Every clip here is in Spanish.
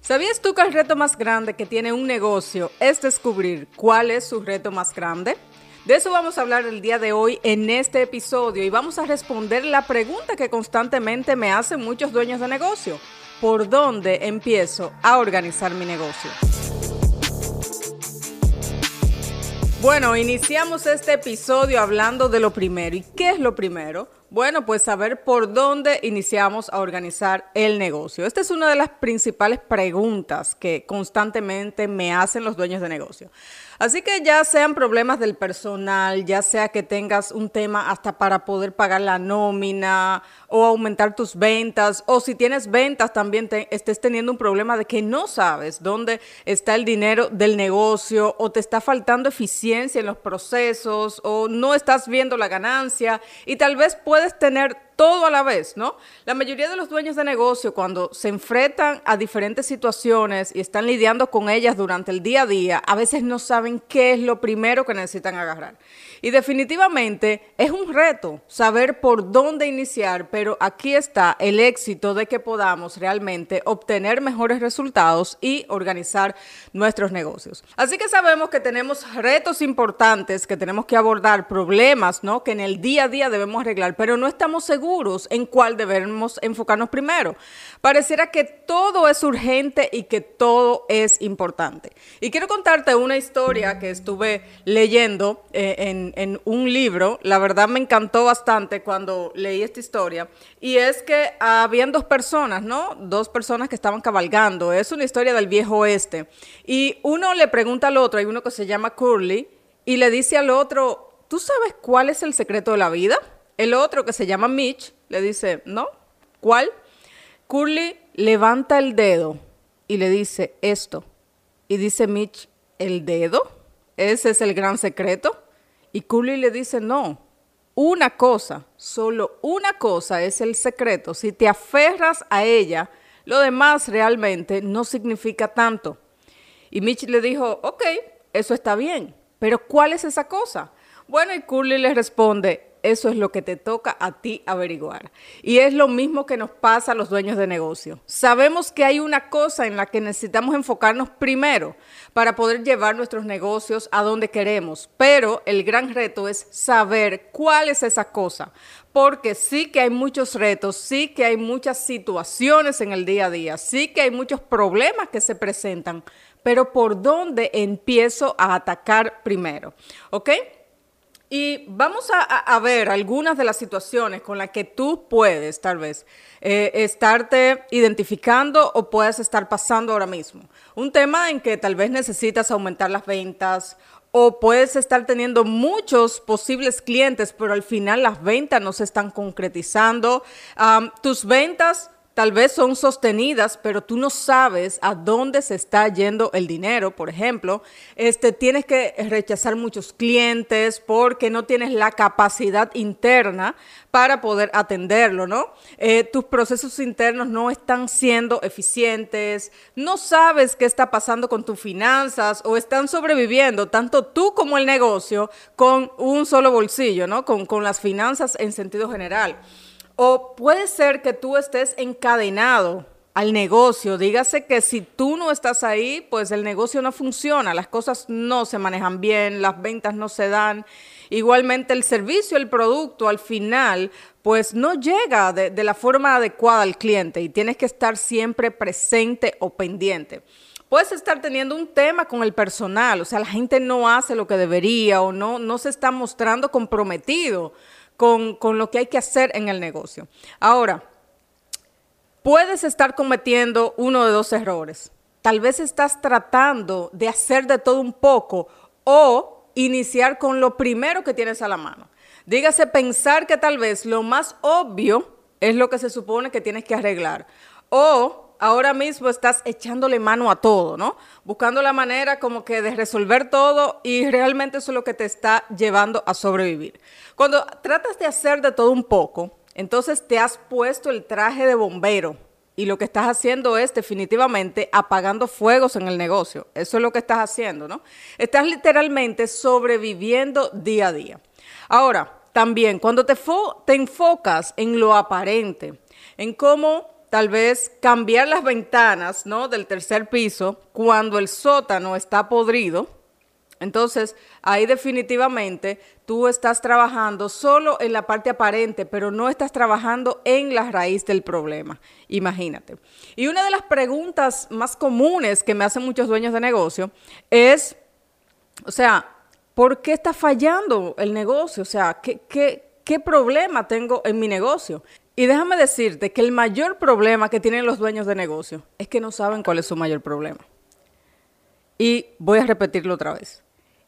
¿Sabías tú que el reto más grande que tiene un negocio es descubrir cuál es su reto más grande? De eso vamos a hablar el día de hoy en este episodio y vamos a responder la pregunta que constantemente me hacen muchos dueños de negocio. ¿Por dónde empiezo a organizar mi negocio? Bueno, iniciamos este episodio hablando de lo primero. ¿Y qué es lo primero? Bueno, pues saber por dónde iniciamos a organizar el negocio. Esta es una de las principales preguntas que constantemente me hacen los dueños de negocio. Así que ya sean problemas del personal, ya sea que tengas un tema hasta para poder pagar la nómina o aumentar tus ventas, o si tienes ventas también estés teniendo un problema de que no sabes dónde está el dinero del negocio o te está faltando eficiencia en los procesos o no estás viendo la ganancia y tal vez puedes tener todo a la vez, ¿no? La mayoría de los dueños de negocio, cuando se enfrentan a diferentes situaciones y están lidiando con ellas durante el día a día, a veces no saben qué es lo primero que necesitan agarrar. Y definitivamente es un reto saber por dónde iniciar, pero aquí está el éxito de que podamos realmente obtener mejores resultados y organizar nuestros negocios. Así que sabemos que tenemos retos importantes, que tenemos que abordar problemas, ¿no? Que en el día a día debemos arreglar, pero no estamos seguros en cuál debemos enfocarnos primero. Pareciera que todo es urgente y que todo es importante. Y quiero contarte una historia que estuve leyendo en un libro. La verdad me encantó bastante cuando leí esta historia. Y es que habían dos personas, ¿no? Dos personas que estaban cabalgando. Es una historia del viejo oeste. Y uno le pregunta al otro, hay uno que se llama Curly, y le dice al otro, ¿tú sabes cuál es el secreto de la vida? El otro, que se llama Mitch, le dice, ¿no? ¿Cuál? Curly levanta el dedo y le dice esto. Y dice Mitch, ¿el dedo? ¿Ese es el gran secreto? Y Curly le dice, no, una cosa, solo una cosa es el secreto. Si te aferras a ella, lo demás realmente no significa tanto. Y Mitch le dijo, ok, eso está bien, pero ¿cuál es esa cosa? Bueno, y Curly le responde, eso es lo que te toca a ti averiguar. Y es lo mismo que nos pasa a los dueños de negocio. Sabemos que hay una cosa en la que necesitamos enfocarnos primero para poder llevar nuestros negocios a donde queremos. Pero el gran reto es saber cuál es esa cosa. Porque sí que hay muchos retos, sí que hay muchas situaciones en el día a día, sí que hay muchos problemas que se presentan. Pero ¿por dónde empiezo a atacar primero? ¿Ok? Y vamos a ver algunas de las situaciones con las que tú puedes, tal vez, estarte identificando o puedas estar pasando ahora mismo. Un tema en que tal vez necesitas aumentar las ventas o puedes estar teniendo muchos posibles clientes, pero al final las ventas no se están concretizando. Tus ventas tal vez son sostenidas, pero tú no sabes a dónde se está yendo el dinero, por ejemplo. Tienes que rechazar muchos clientes porque no tienes la capacidad interna para poder atenderlo, ¿no? Tus procesos internos no están siendo eficientes, no sabes qué está pasando con tus finanzas o están sobreviviendo, tanto tú como el negocio, con un solo bolsillo, ¿no? Con las finanzas en sentido general. O puede ser que tú estés encadenado al negocio. Dígase que si tú no estás ahí, pues el negocio no funciona, las cosas no se manejan bien, las ventas no se dan. Igualmente el servicio, el producto, al final, pues no llega de la forma adecuada al cliente y tienes que estar siempre presente o pendiente. Puedes estar teniendo un tema con el personal, o sea, la gente no hace lo que debería o no se está mostrando comprometido con lo que hay que hacer en el negocio. Ahora, puedes estar cometiendo uno de dos errores. Tal vez estás tratando de hacer de todo un poco o iniciar con lo primero que tienes a la mano. Dígase, pensar que tal vez lo más obvio es lo que se supone que tienes que arreglar. O ahora mismo estás echándole mano a todo, ¿no? Buscando la manera como que de resolver todo y realmente eso es lo que te está llevando a sobrevivir. Cuando tratas de hacer de todo un poco, entonces te has puesto el traje de bombero y lo que estás haciendo es definitivamente apagando fuegos en el negocio. Eso es lo que estás haciendo, ¿no? Estás literalmente sobreviviendo día a día. Ahora, también cuando te enfocas en lo aparente, en cómo tal vez cambiar las ventanas, ¿no?, del tercer piso cuando el sótano está podrido. Entonces, ahí definitivamente tú estás trabajando solo en la parte aparente, pero no estás trabajando en la raíz del problema. Imagínate. Y una de las preguntas más comunes que me hacen muchos dueños de negocio es, o sea, ¿por qué está fallando el negocio? O sea, ¿qué problema tengo en mi negocio? Y déjame decirte que el mayor problema que tienen los dueños de negocio es que no saben cuál es su mayor problema. Y voy a repetirlo otra vez.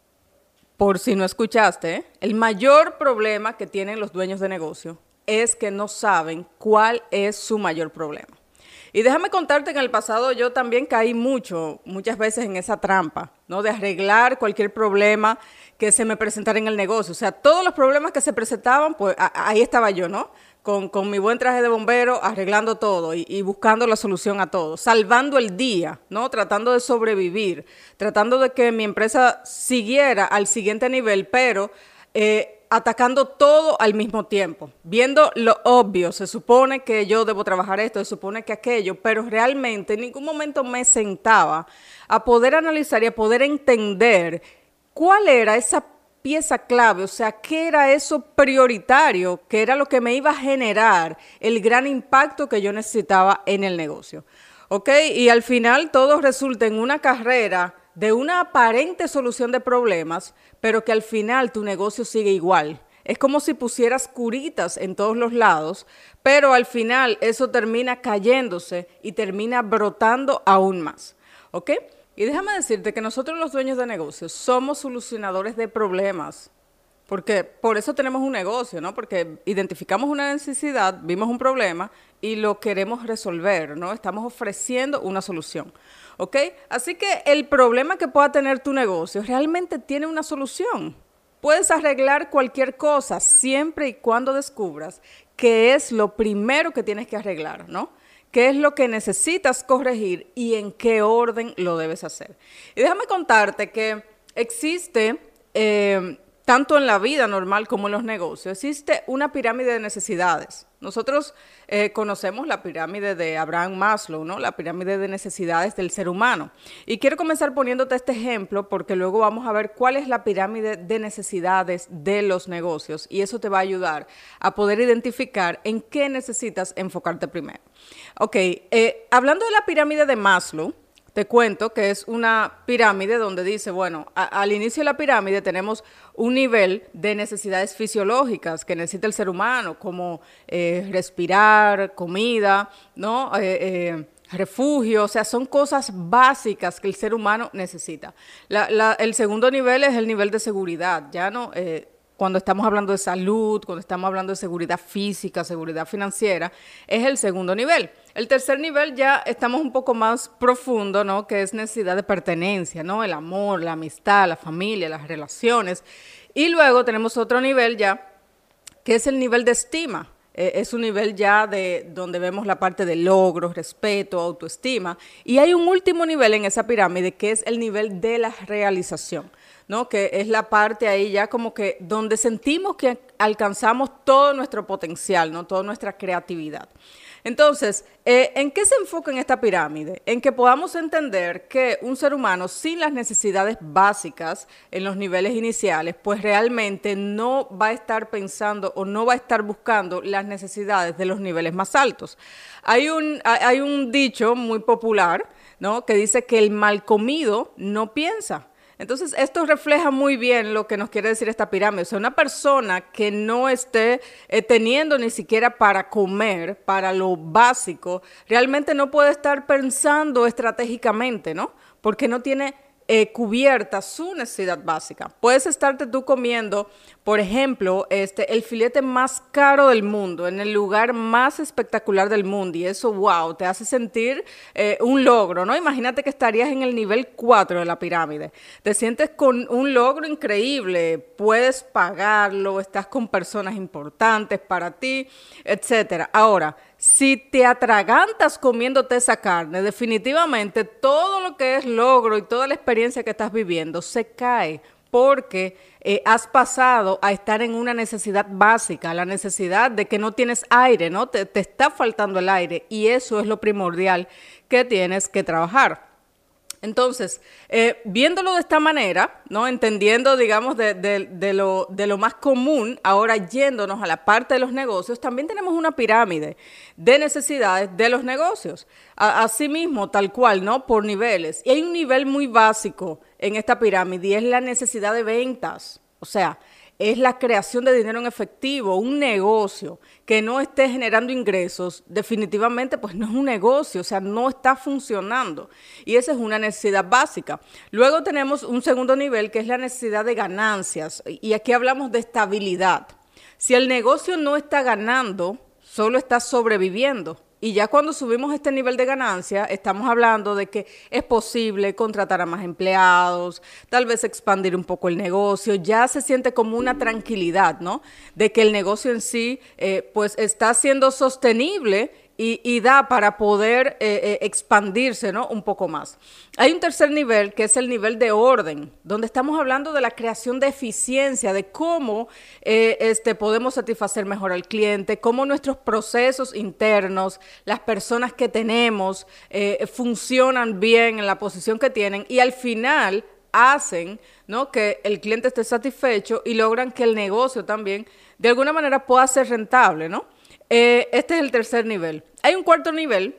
Por si no escuchaste, el mayor problema que tienen los dueños de negocio es que no saben cuál es su mayor problema. Y déjame contarte que en el pasado yo también caí muchas veces en esa trampa, ¿no?, de arreglar cualquier problema que se me presentara en el negocio. O sea, todos los problemas que se presentaban, pues ahí estaba yo, ¿no? Con mi buen traje de bombero, arreglando todo y buscando la solución a todo, salvando el día, ¿no? Tratando de sobrevivir, tratando de que mi empresa siguiera al siguiente nivel, pero atacando todo al mismo tiempo, viendo lo obvio. Se supone que yo debo trabajar esto, se supone que aquello, pero realmente en ningún momento me sentaba a poder analizar y a poder entender cuál era esa pieza clave, o sea, qué era eso prioritario, qué era lo que me iba a generar el gran impacto que yo necesitaba en el negocio. ¿Ok? Y al final todo resulta en una carrera de una aparente solución de problemas, pero que al final tu negocio sigue igual. Es como si pusieras curitas en todos los lados, pero al final eso termina cayéndose y termina brotando aún más. ¿Ok? Y déjame decirte que nosotros los dueños de negocios somos solucionadores de problemas, porque por eso tenemos un negocio, ¿no? Porque identificamos una necesidad, vimos un problema y lo queremos resolver, ¿no? Estamos ofreciendo una solución, ¿ok? Así que el problema que pueda tener tu negocio realmente tiene una solución. Puedes arreglar cualquier cosa siempre y cuando descubras qué es lo primero que tienes que arreglar, ¿no? ¿Qué es lo que necesitas corregir y en qué orden lo debes hacer? Y déjame contarte que existe, tanto en la vida normal como en los negocios, existe una pirámide de necesidades. Nosotros conocemos la pirámide de Abraham Maslow, ¿no? La pirámide de necesidades del ser humano. Y quiero comenzar poniéndote este ejemplo porque luego vamos a ver cuál es la pirámide de necesidades de los negocios y eso te va a ayudar a poder identificar en qué necesitas enfocarte primero. Ok, hablando de la pirámide de Maslow, te cuento que es una pirámide donde dice, bueno, al inicio de la pirámide tenemos un nivel de necesidades fisiológicas que necesita el ser humano, como respirar, comida, ¿no? Refugio, o sea, son cosas básicas que el ser humano necesita. El segundo nivel es el nivel de seguridad, ya no... Cuando estamos hablando de salud, cuando estamos hablando de seguridad física, seguridad financiera, es el segundo nivel. El tercer nivel ya estamos un poco más profundo, ¿no? Que es necesidad de pertenencia, ¿no? El amor, la amistad, la familia, las relaciones. Y luego tenemos otro nivel ya, que es el nivel de estima. Es un nivel ya de donde vemos la parte de logros, respeto, autoestima. Y hay un último nivel en esa pirámide que es el nivel de la realización, ¿no? Que es la parte ahí ya como que donde sentimos que alcanzamos todo nuestro potencial, ¿no? Toda nuestra creatividad. Entonces, ¿en qué se enfoca en esta pirámide? En que podamos entender que un ser humano sin las necesidades básicas en los niveles iniciales, pues realmente no va a estar pensando o no va a estar buscando las necesidades de los niveles más altos. Hay un dicho muy popular, ¿no? Que dice que el mal comido no piensa. Entonces, esto refleja muy bien lo que nos quiere decir esta pirámide. O sea, una persona que no esté teniendo ni siquiera para comer, para lo básico, realmente no puede estar pensando estratégicamente, ¿no? Porque no tiene cubierta su necesidad básica. Puedes estarte tú comiendo, por ejemplo, el filete más caro del mundo, en el lugar más espectacular del mundo, y eso, wow, te hace sentir un logro, ¿no? Imagínate que estarías en el nivel 4 de la pirámide. Te sientes con un logro increíble, puedes pagarlo, estás con personas importantes para ti, etcétera. Ahora, si te atragantas comiéndote esa carne, definitivamente todo lo que es logro y toda la experiencia que estás viviendo se cae porque has pasado a estar en una necesidad básica, la necesidad de que no tienes aire, ¿no? Te está faltando el aire y eso es lo primordial que tienes que trabajar. Entonces, viéndolo de esta manera, ¿no? Entendiendo, digamos, de lo más común, ahora yéndonos a la parte de los negocios, también tenemos una pirámide de necesidades de los negocios. Asimismo, tal cual, ¿no? Por niveles. Y hay un nivel muy básico en esta pirámide y es la necesidad de ventas. O sea, es la creación de dinero en efectivo, un negocio que no esté generando ingresos, definitivamente pues no es un negocio, o sea, no está funcionando. Y esa es una necesidad básica. Luego tenemos un segundo nivel que es la necesidad de ganancias y aquí hablamos de estabilidad. Si el negocio no está ganando, solo está sobreviviendo. Y ya cuando subimos este nivel de ganancia, estamos hablando de que es posible contratar a más empleados, tal vez expandir un poco el negocio, ya se siente como una tranquilidad, ¿no? De que el negocio en sí, pues está siendo sostenible y da para poder expandirse, ¿no? Un poco más. Hay un tercer nivel que es el nivel de orden, donde estamos hablando de la creación de eficiencia, de cómo podemos satisfacer mejor al cliente, cómo nuestros procesos internos, las personas que tenemos, funcionan bien en la posición que tienen y al final hacen, ¿no? Que el cliente esté satisfecho y logran que el negocio también de alguna manera pueda ser rentable, ¿no? Este es el tercer nivel. Hay un cuarto nivel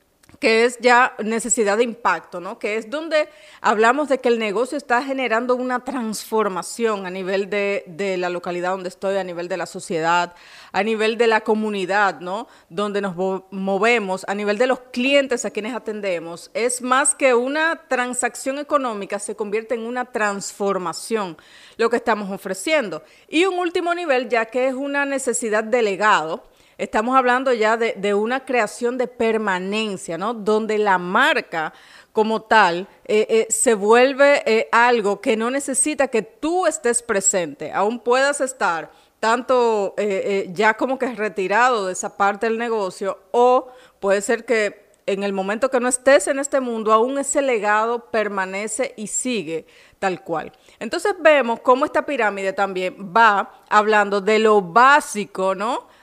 que es ya necesidad de impacto, ¿no? Que es donde hablamos de que el negocio está generando una transformación a nivel de la localidad donde estoy, a nivel de la sociedad, a nivel de la comunidad, ¿no? Donde nos movemos, a nivel de los clientes a quienes atendemos. Es más que una transacción económica, se convierte en una transformación lo que estamos ofreciendo. Y un último nivel ya que es una necesidad de legado. Estamos hablando ya de una creación de permanencia, ¿no? Donde la marca como tal se vuelve algo que no necesita que tú estés presente, aún puedas estar tanto ya como que retirado de esa parte del negocio o puede ser que en el momento que no estés en este mundo, aún ese legado permanece y sigue tal cual. Entonces vemos cómo esta pirámide también va hablando de lo básico, ¿no?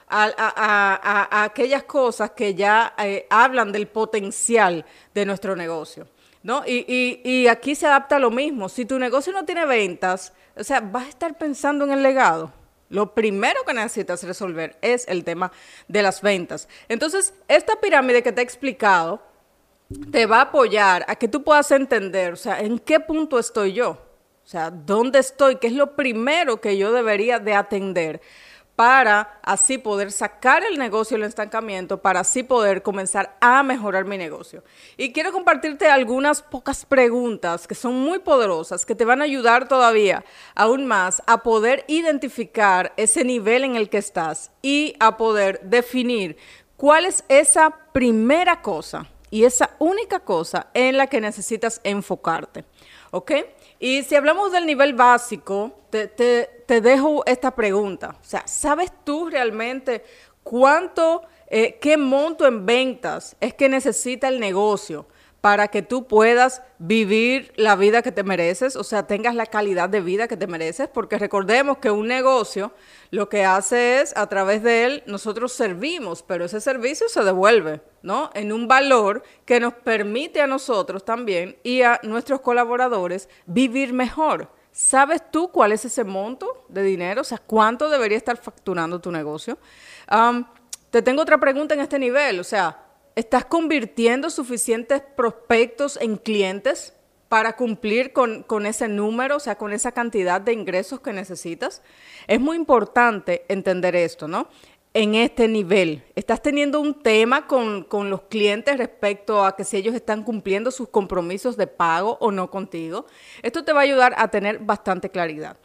A aquellas cosas que ya hablan del potencial de nuestro negocio, ¿no? Y aquí se adapta lo mismo. Si tu negocio no tiene ventas, o sea, vas a estar pensando en el legado. Lo primero que necesitas resolver es el tema de las ventas. Entonces, esta pirámide que te he explicado te va a apoyar a que tú puedas entender, o sea, en qué punto estoy yo. O sea, ¿dónde estoy? ¿Qué es lo primero que yo debería de atender? Para así poder sacar el negocio del estancamiento, para así poder comenzar a mejorar mi negocio. Y quiero compartirte algunas pocas preguntas que son muy poderosas, que te van a ayudar todavía aún más a poder identificar ese nivel en el que estás y a poder definir cuál es esa primera cosa y esa única cosa en la que necesitas enfocarte, ¿ok? Y si hablamos del nivel básico, te dejo esta pregunta. O sea, ¿sabes tú realmente qué monto en ventas es que necesita el negocio para que tú puedas vivir la vida que te mereces? O sea, tengas la calidad de vida que te mereces, porque recordemos que un negocio lo que hace es, a través de él, nosotros servimos, pero ese servicio se devuelve, ¿no? En un valor que nos permite a nosotros también y a nuestros colaboradores vivir mejor. ¿Sabes tú cuál es ese monto de dinero? O sea, ¿cuánto debería estar facturando tu negocio? Te tengo otra pregunta en este nivel. O sea, ¿estás convirtiendo suficientes prospectos en clientes para cumplir con ese número, o sea, con esa cantidad de ingresos que necesitas? Es muy importante entender esto, ¿no? En este nivel, ¿estás teniendo un tema con los clientes respecto a que si ellos están cumpliendo sus compromisos de pago o no contigo? Esto te va a ayudar a tener bastante claridad.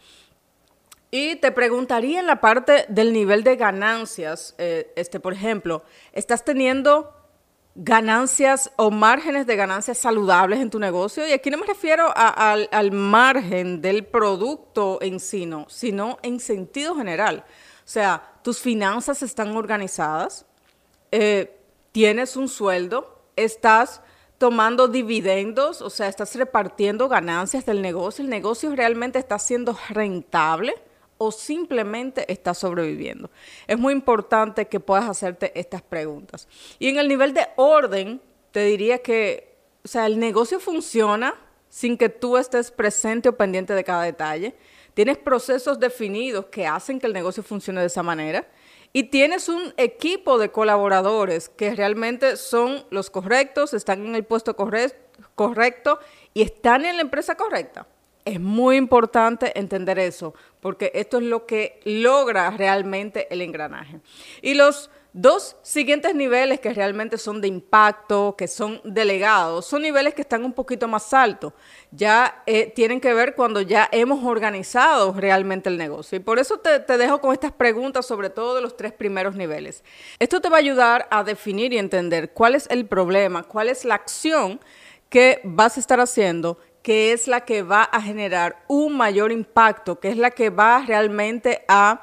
Y te preguntaría en la parte del nivel de ganancias, por ejemplo, ¿estás teniendo ganancias o márgenes de ganancias saludables en tu negocio? Y aquí no me refiero al margen del producto en sí, no, sino en sentido general. O sea, tus finanzas están organizadas, tienes un sueldo, estás tomando dividendos, o sea, estás repartiendo ganancias del negocio, el negocio realmente está siendo rentable o simplemente está sobreviviendo. Es muy importante que puedas hacerte estas preguntas. Y en el nivel de orden, te diría que, o sea, el negocio funciona sin que tú estés presente o pendiente de cada detalle. Tienes procesos definidos que hacen que el negocio funcione de esa manera. Y tienes un equipo de colaboradores que realmente son los correctos, están en el puesto correcto y están en la empresa correcta. Es muy importante entender eso, porque esto es lo que logra realmente el engranaje. Y los dos siguientes niveles que realmente son de impacto, que son delegados, son niveles que están un poquito más altos. Ya tienen que ver cuando ya hemos organizado realmente el negocio. Y por eso te dejo con estas preguntas, sobre todo de los 3 primeros niveles. Esto te va a ayudar a definir y entender cuál es el problema, cuál es la acción que vas a estar haciendo, que es la que va a generar un mayor impacto, que es la que va realmente a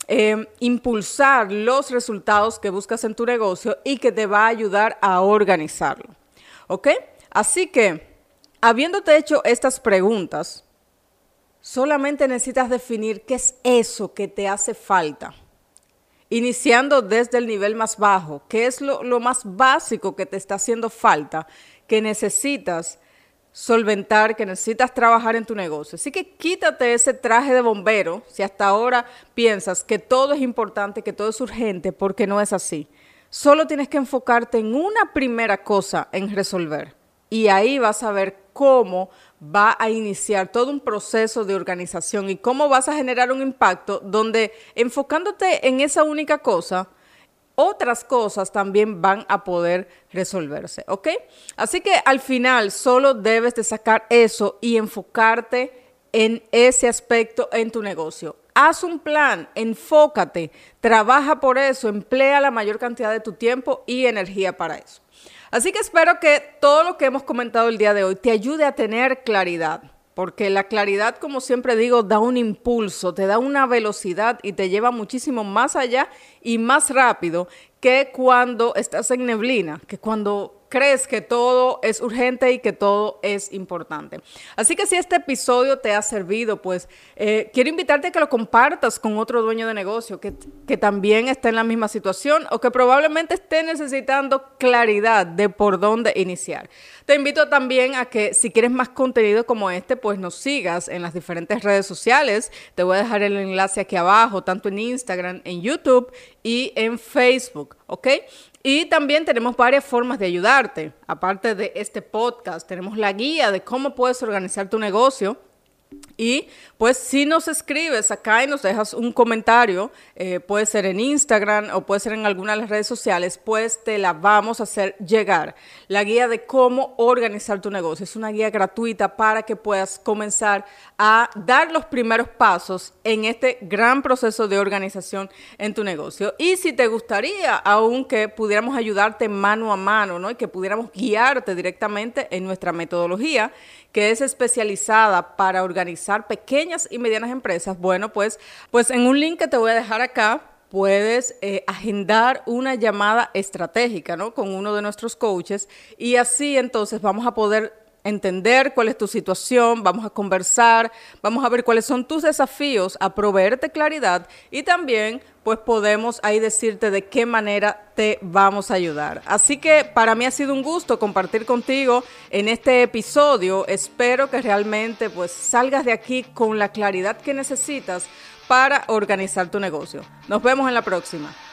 impulsar los resultados que buscas en tu negocio y que te va a ayudar a organizarlo. ¿Ok? Así que, habiéndote hecho estas preguntas, solamente necesitas definir qué es eso que te hace falta. Iniciando desde el nivel más bajo, qué es lo más básico que te está haciendo falta, que necesitas solventar, que necesitas trabajar en tu negocio. Así que quítate ese traje de bombero si hasta ahora piensas que todo es importante, que todo es urgente, porque no es así. Solo tienes que enfocarte en una primera cosa en resolver y ahí vas a ver cómo va a iniciar todo un proceso de organización y cómo vas a generar un impacto donde enfocándote en esa única cosa, otras cosas también van a poder resolverse, ¿ok? Así que al final solo debes de sacar eso y enfocarte en ese aspecto en tu negocio. Haz un plan, enfócate, trabaja por eso, emplea la mayor cantidad de tu tiempo y energía para eso. Así que espero que todo lo que hemos comentado el día de hoy te ayude a tener claridad. Porque la claridad, como siempre digo, da un impulso, te da una velocidad y te lleva muchísimo más allá y más rápido que cuando estás en neblina, que cuando crees que todo es urgente y que todo es importante. Así que si este episodio te ha servido, pues quiero invitarte a que lo compartas con otro dueño de negocio que también esté en la misma situación o que probablemente esté necesitando claridad de por dónde iniciar. Te invito también a que si quieres más contenido como este, pues nos sigas en las diferentes redes sociales. Te voy a dejar el enlace aquí abajo, tanto en Instagram, en YouTube y en Facebook, ¿ok? Y también tenemos varias formas de ayudarte. Aparte de este podcast, tenemos la guía de cómo puedes organizar tu negocio. Y pues si nos escribes acá y nos dejas un comentario, puede ser en Instagram o puede ser en alguna de las redes sociales, pues te la vamos a hacer llegar. La guía de cómo organizar tu negocio es una guía gratuita para que puedas comenzar a dar los primeros pasos en este gran proceso de organización en tu negocio. Y si te gustaría aún que pudiéramos ayudarte mano a mano, ¿no? Y que pudiéramos guiarte directamente en nuestra metodología, que es especializada para organizar pequeñas y medianas empresas, bueno, pues en un link que te voy a dejar acá, puedes agendar una llamada estratégica, ¿no? Con uno de nuestros coaches y así entonces vamos a poder entender cuál es tu situación, vamos a conversar, vamos a ver cuáles son tus desafíos, a proveerte claridad y también pues podemos ahí decirte de qué manera te vamos a ayudar. Así que para mí ha sido un gusto compartir contigo en este episodio. Espero que realmente pues salgas de aquí con la claridad que necesitas para organizar tu negocio. Nos vemos en la próxima.